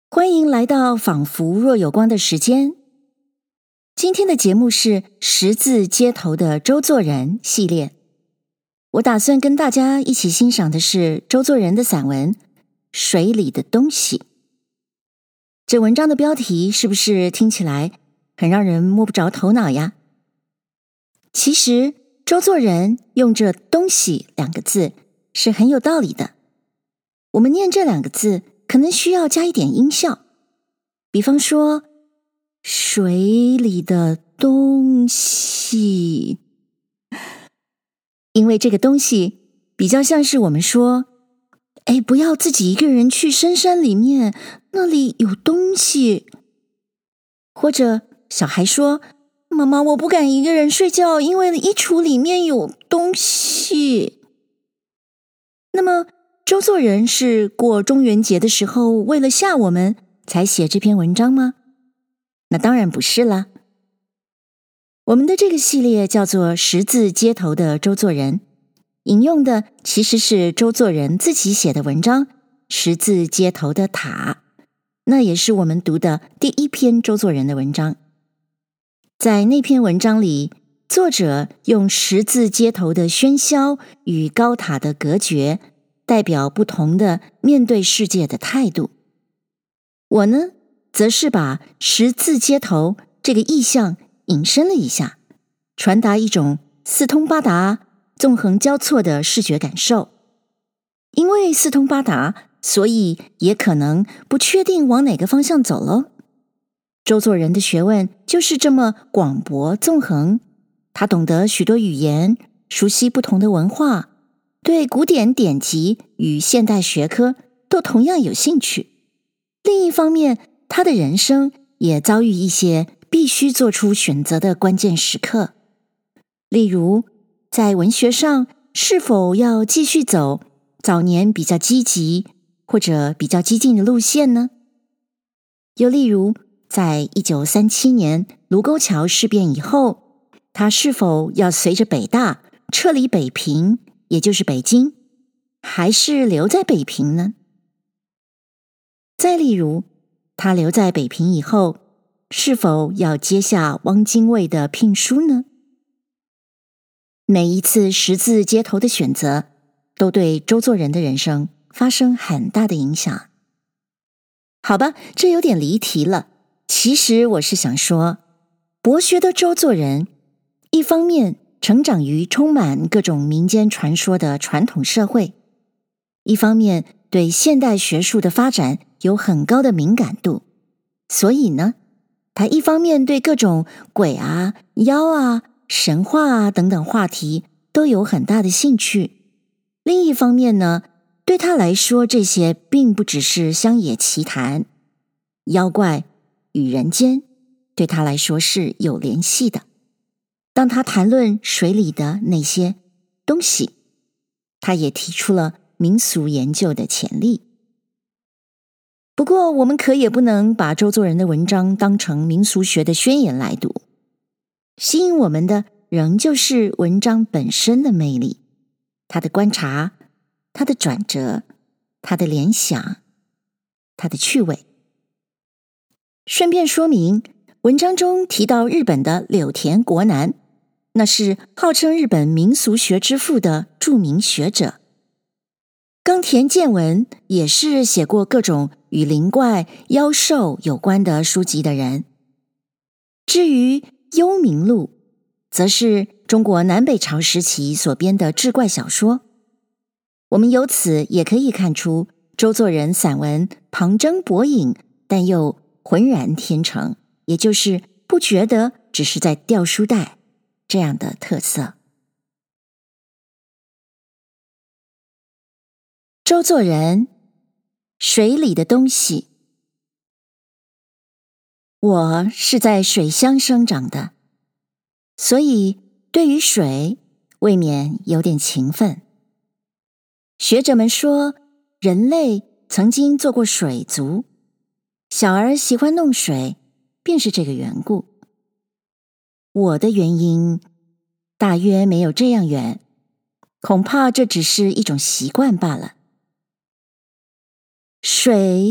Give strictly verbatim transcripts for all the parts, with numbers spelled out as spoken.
欢迎来到仿佛若有光的时间。今天的节目是十字街头的周作人系列。我打算跟大家一起欣赏的是周作人的散文《水里的东西》。这文章的标题是不是听起来很让人摸不着头脑呀？其实周作人用这东西两个字是很有道理的。我们念这两个字可能需要加一点音效，比方说水里的东西，因为这个东西比较像是我们说，哎，不要自己一个人去深山里面，那里有东西。或者小孩说，妈妈，我不敢一个人睡觉，因为衣橱里面有东西。那么周作人是过中元节的时候为了吓我们才写这篇文章吗？那当然不是啦。我们的这个系列叫做十字街头的周作人，引用的其实是周作人自己写的文章《十字街头的塔》，那也是我们读的第一篇周作人的文章。在那篇文章里，作者用十字街头的喧嚣与高塔的隔绝代表不同的面对世界的态度。我呢，则是把十字街头这个意象引申了一下，传达一种四通八达、纵横交错的视觉感受。因为四通八达，所以也可能不确定往哪个方向走咯。周作人的学问就是这么广博纵横，他懂得许多语言，熟悉不同的文化，对古典典籍与现代学科都同样有兴趣。另一方面，他的人生也遭遇一些必须做出选择的关键时刻。例如，在文学上是否要继续走早年比较积极或者比较激进的路线呢？又例如，在一九三七年卢沟桥事变以后，他是否要随着北大撤离北平，也就是北京，还是留在北平呢？再例如，他留在北平以后，是否要接下汪精卫的聘书呢？每一次十字街头的选择，都对周作人的人生发生很大的影响。好吧，这有点离题了。其实我是想说，博学的周作人，一方面成长于充满各种民间传说的传统社会，一方面对现代学术的发展有很高的敏感度，所以呢，他一方面对各种鬼啊、妖啊、神话啊等等话题都有很大的兴趣，另一方面呢，对他来说这些并不只是乡野奇谈，妖怪与人间对他来说是有联系的。当他谈论水里的那些东西，他也提出了民俗研究的潜力。不过我们可也不能把周作人的文章当成民俗学的宣言来读，吸引我们的仍旧是文章本身的魅力，他的观察，他的转折，他的联想，他的趣味。顺便说明，文章中提到日本的柳田国男，那是号称日本民俗学之父的著名学者。冈田健文也是写过各种与灵怪、妖兽有关的书籍的人。至于《幽冥录》，则是中国南北朝时期所编的志怪小说。我们由此也可以看出周作人散文旁征博引，但又浑然天成，也就是不觉得只是在掉书袋这样的特色。周作人，水里的东西。我是在水乡生长的，所以对于水未免有点情分。学者们说，人类曾经做过水族，小儿喜欢弄水，便是这个缘故。我的原因大约没有这样远，恐怕这只是一种习惯罢了。水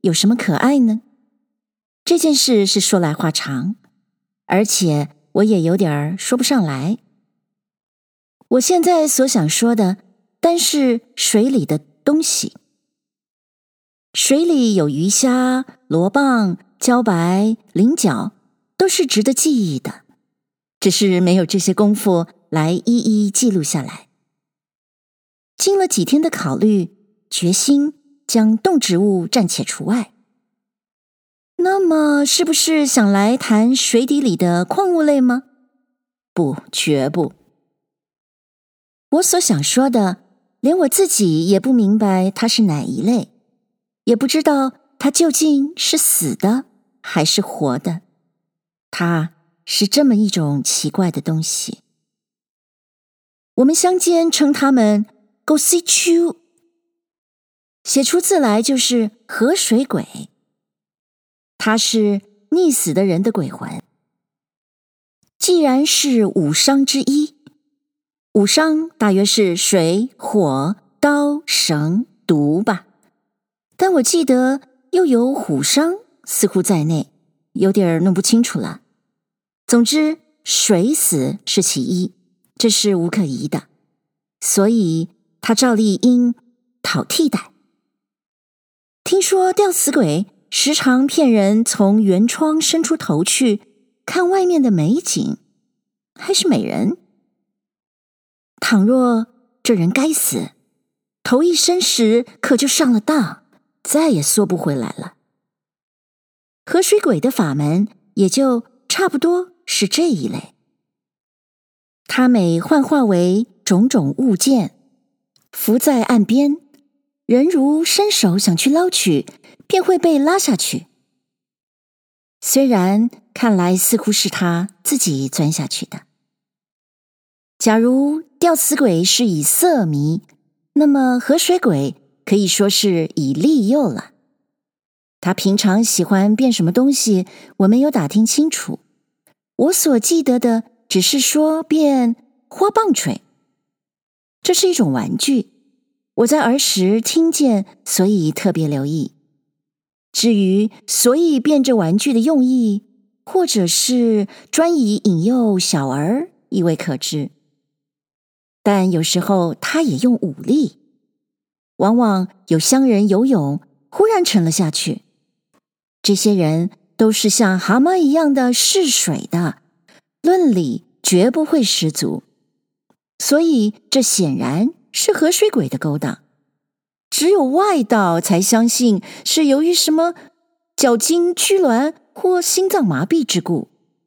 有什么可爱呢？这件事是说来话长，而且我也有点说不上来。我现在所想说的，单是水里的东西。水里有鱼虾、螺蚌、茭白、菱角，都是值得记忆的，只是没有这些功夫来一一记录下来。经了几天的考虑，决心将动植物暂且除外。那么，是不是想来谈水底里的矿物类吗？不，绝不。我所想说的，连我自己也不明白它是哪一类，也不知道它究竟是死的还是活的。它是这么一种奇怪的东西。我们乡间称它们 go see chu， 写出字来就是河水鬼。它是溺死的人的鬼魂。既然是五伤之一，五伤大约是水、火、刀、绳、毒吧，但我记得又有虎伤似乎在内，有点弄不清楚了。总之，水死是其一，这是无可疑的，所以他照例应讨替代。听说吊死鬼时常骗人从圆窗伸出头去看外面的美景，还是美人。倘若这人该死，头一伸时可就上了当，再也缩不回来了。河水鬼的法门也就差不多是这一类。他每幻化为种种物件，浮在岸边，人如伸手想去捞取，便会被拉下去。虽然看来似乎是他自己钻下去的。假如吊死鬼是以色迷，那么河水鬼可以说是以利诱了。他平常喜欢变什么东西，我没有打听清楚。我所记得的只是说变花棒槌，这是一种玩具，我在儿时听见，所以特别留意。至于所以变这玩具的用意，或者是专以引诱小儿，亦未可知。但有时候他也用武力，往往有乡人游泳忽然沉了下去，这些人都是像蛤蟆一样的嗜水的，论理绝不会失足，所以这显然是河水鬼的勾当。只有外道才相信是由于什么脚筋屈挛或心脏麻痹之故。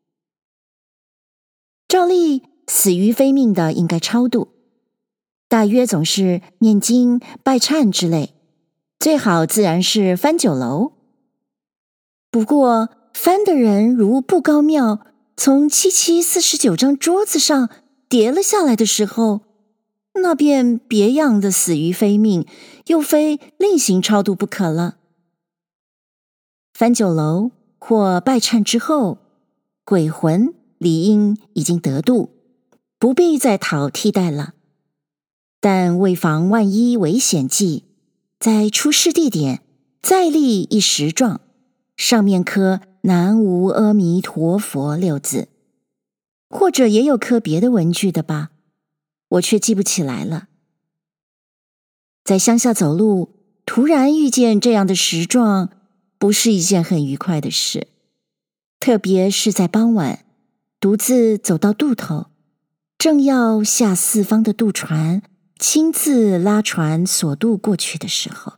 照例死于非命的应该超度，大约总是念经拜忏之类，最好自然是翻酒楼。不过翻的人如不高庙从七七四十九张桌子上跌了下来的时候，那便别样的死于非命，又非另行超度不可了。翻酒楼或拜忏之后，鬼魂理应已经得度，不必再讨替代了。但为防万一危险际，在出事地点再立一石状，上面刻南无阿弥陀佛六字，或者也有刻别的文具的吧，我却记不起来了。在乡下走路，突然遇见这样的石状，不是一件很愉快的事，特别是在傍晚，独自走到渡头，正要下四方的渡船，亲自拉船所渡过去的时候。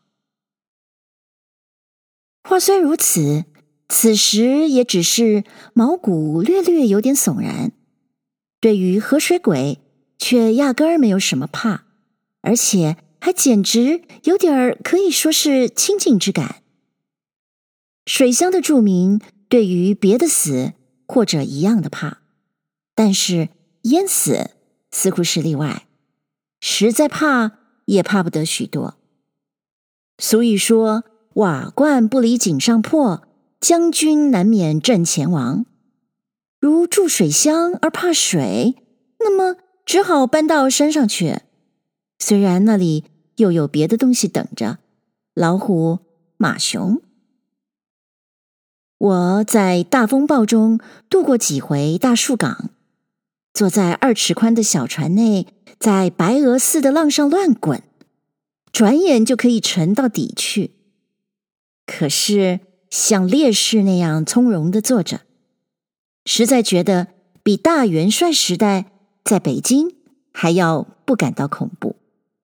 话虽如此，此时也只是毛骨略略有点悚然，对于河水鬼却压根儿没有什么怕，而且还简直有点儿可以说是亲近之感。水乡的住民对于别的死或者一样的怕，但是淹死似乎是例外，实在怕也怕不得许多。俗语说瓦罐不离井上破，将军难免阵前亡。如住水乡而怕水，那么只好搬到山上去。虽然那里又有别的东西等着，老虎、马熊， 我在大风暴中渡过几回大树港，坐在二尺宽的小船内，在白鹅似的浪上乱滚，转眼就可以沉到底去。可是像烈士那样从容地坐着，实在觉得比大元帅时代在北京还要不感到恐怖。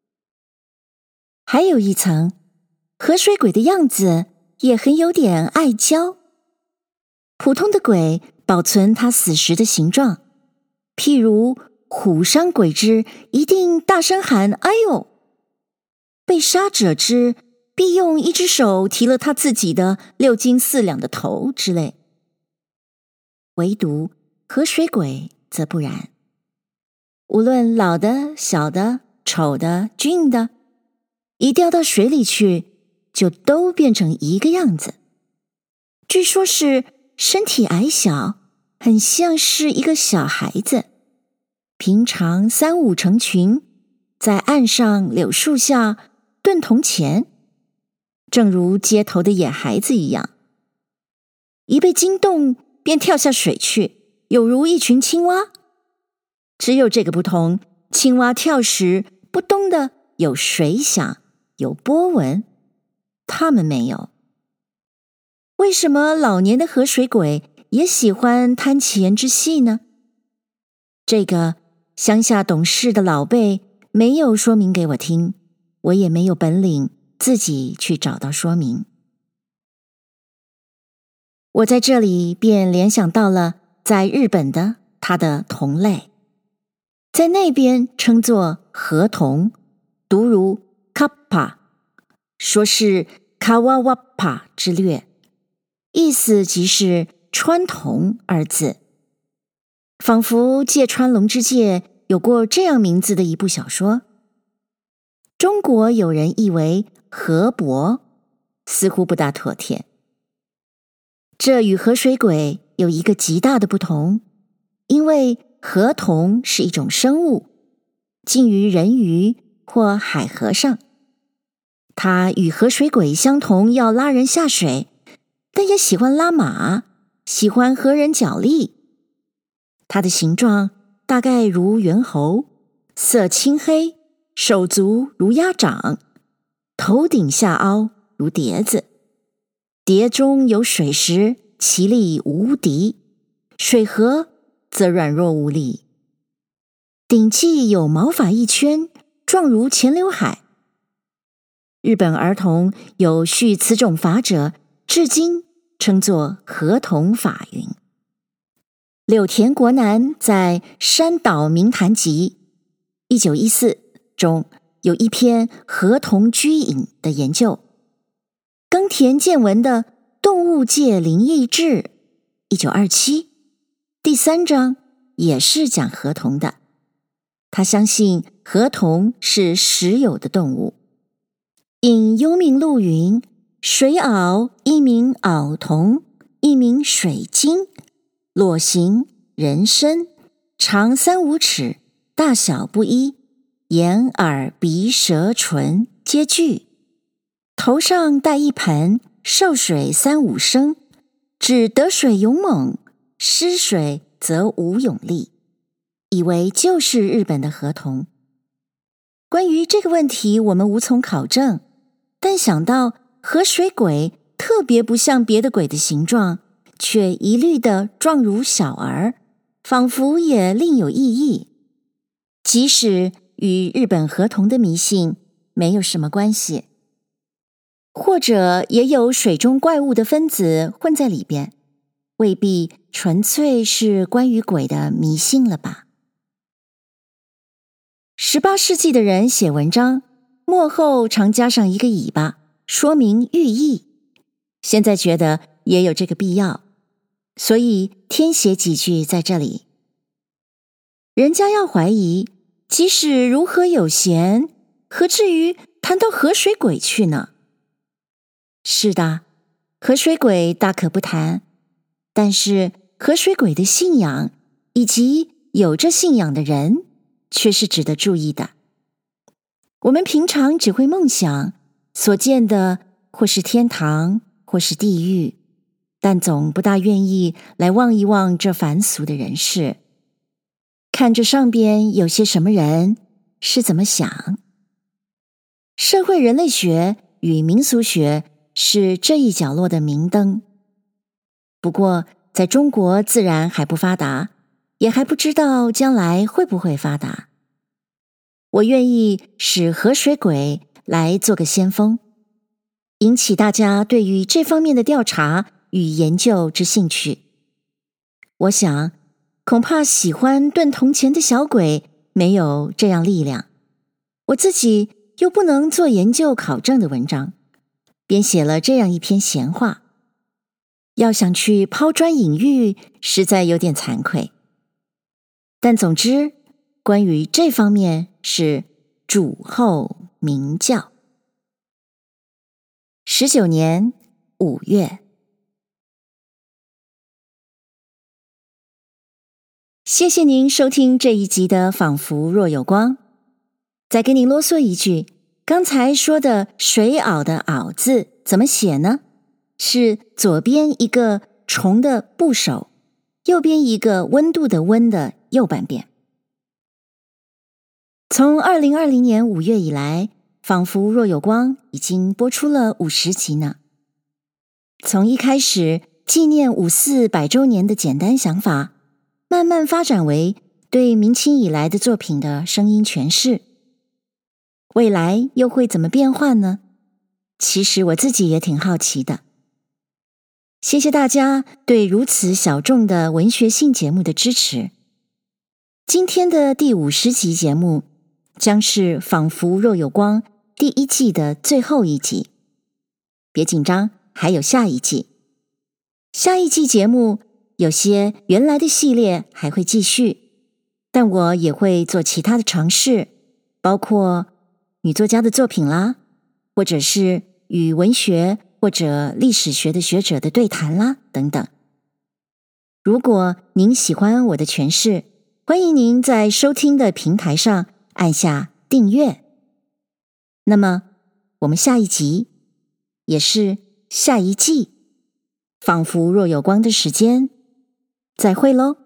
还有一层，河水鬼的样子也很有点爱娇。普通的鬼保存他死时的形状，譬如虎伤鬼之，一定大声喊哎呦；被杀者之，必用一只手提了他自己的六斤四两的头之类。唯独河水鬼则不然，无论老的、小的、丑的、俊的，一掉到水里去，就都变成一个样子。据说是身体矮小，很像是一个小孩子，平常三五成群，在岸上柳树下炖铜钱，正如街头的野孩子一样。一被惊动，便跳下水去，有如一群青蛙。只有这个不同，青蛙跳时不咚的有水响，有波纹，他们没有。为什么老年的河水鬼也喜欢贪钱之戏呢？这个乡下懂事的老辈没有说明给我听，我也没有本领自己去找到说明。我在这里便联想到了在日本的它的同类，在那边称作河童，读如 kappa， 说是 kawawappa 之略，意思即是穿童二字，仿佛芥川龙之介有过这样名字的一部小说。中国有人译为河伯，似乎不大妥帖。这与河水鬼有一个极大的不同，因为河童是一种生物，近于人鱼或海和尚。它与河水鬼相同，要拉人下水，但也喜欢拉马，喜欢和人角力。它的形状大概如猿猴，色青黑，手足如鸭掌，头顶下凹如碟子，碟中有水时，其力无敌，水河则软弱无力。顶髻有毛发一圈，状如前刘海。日本儿童有蓄此种法者，至今称作河童法云。柳田国男在《山岛名谈集》一九一四中有一篇河童居隐的研究。冈田健文的《动物界灵异志》一九二七第三章也是讲河童的。他相信河童是实有的动物。引幽冥录云：水螯一名螯童，一名水晶，裸形，人身，长三五尺，大小不一，眼耳鼻舌唇皆具，头上戴一盆，受水三五升，只得水勇猛，失水则无勇力，以为就是日本的河童。关于这个问题我们无从考证，但想到河水鬼特别不像别的鬼的形状，却一律的状如小儿，仿佛也另有意义，即使与日本河童的迷信没有什么关系，或者也有水中怪物的分子混在里边，未必纯粹是关于鬼的迷信了吧。十八世纪的人写文章，末后常加上一个尾巴，说明寓意。现在觉得也有这个必要，所以添写几句在这里。人家要怀疑，即使如何有闲，何至于谈到河水鬼去呢？是的，河水鬼大可不谈，但是河水鬼的信仰以及有着信仰的人却是值得注意的。我们平常只会梦想，所见的或是天堂，或是地狱， 但总不大愿意来望一望这凡俗的人世，看这上边有些什么人是怎么想。社会人类学与民俗学是这一角落的明灯，不过在中国自然还不发达，也还不知道将来会不会发达。我愿意使河水鬼来做个先锋，引起大家对于这方面的调查与研究之兴趣。我想，恐怕喜欢炖铜钱的小鬼没有这样力量，我自己又不能做研究考证的文章，便写了这样一篇闲话。要想去抛砖引玉，实在有点惭愧。但总之，关于这方面是主后明教。十九年五月。谢谢您收听这一集的仿佛若有光。再跟您啰嗦一句，刚才说的水螯的螯字怎么写呢？是左边一个虫的部首，右边一个温度的温的右半边。从二零二零年五月以来，仿佛若有光已经播出了五十集呢。从一开始纪念五四百周年的简单想法，慢慢发展为对明清以来的作品的声音诠释。未来又会怎么变换呢？其实我自己也挺好奇的。谢谢大家对如此小众的文学性节目的支持。今天的第五十集节目将是仿佛若有光第一季的最后一集。别紧张，还有下一季。下一季节目有些原来的系列还会继续，但我也会做其他的尝试，包括女作家的作品啦，或者是与文学或者历史学的学者的对谈啦，等等。如果您喜欢我的诠释，欢迎您在收听的平台上按下订阅。那么，我们下一集，也是下一季，仿佛若有光的时间，再会喽。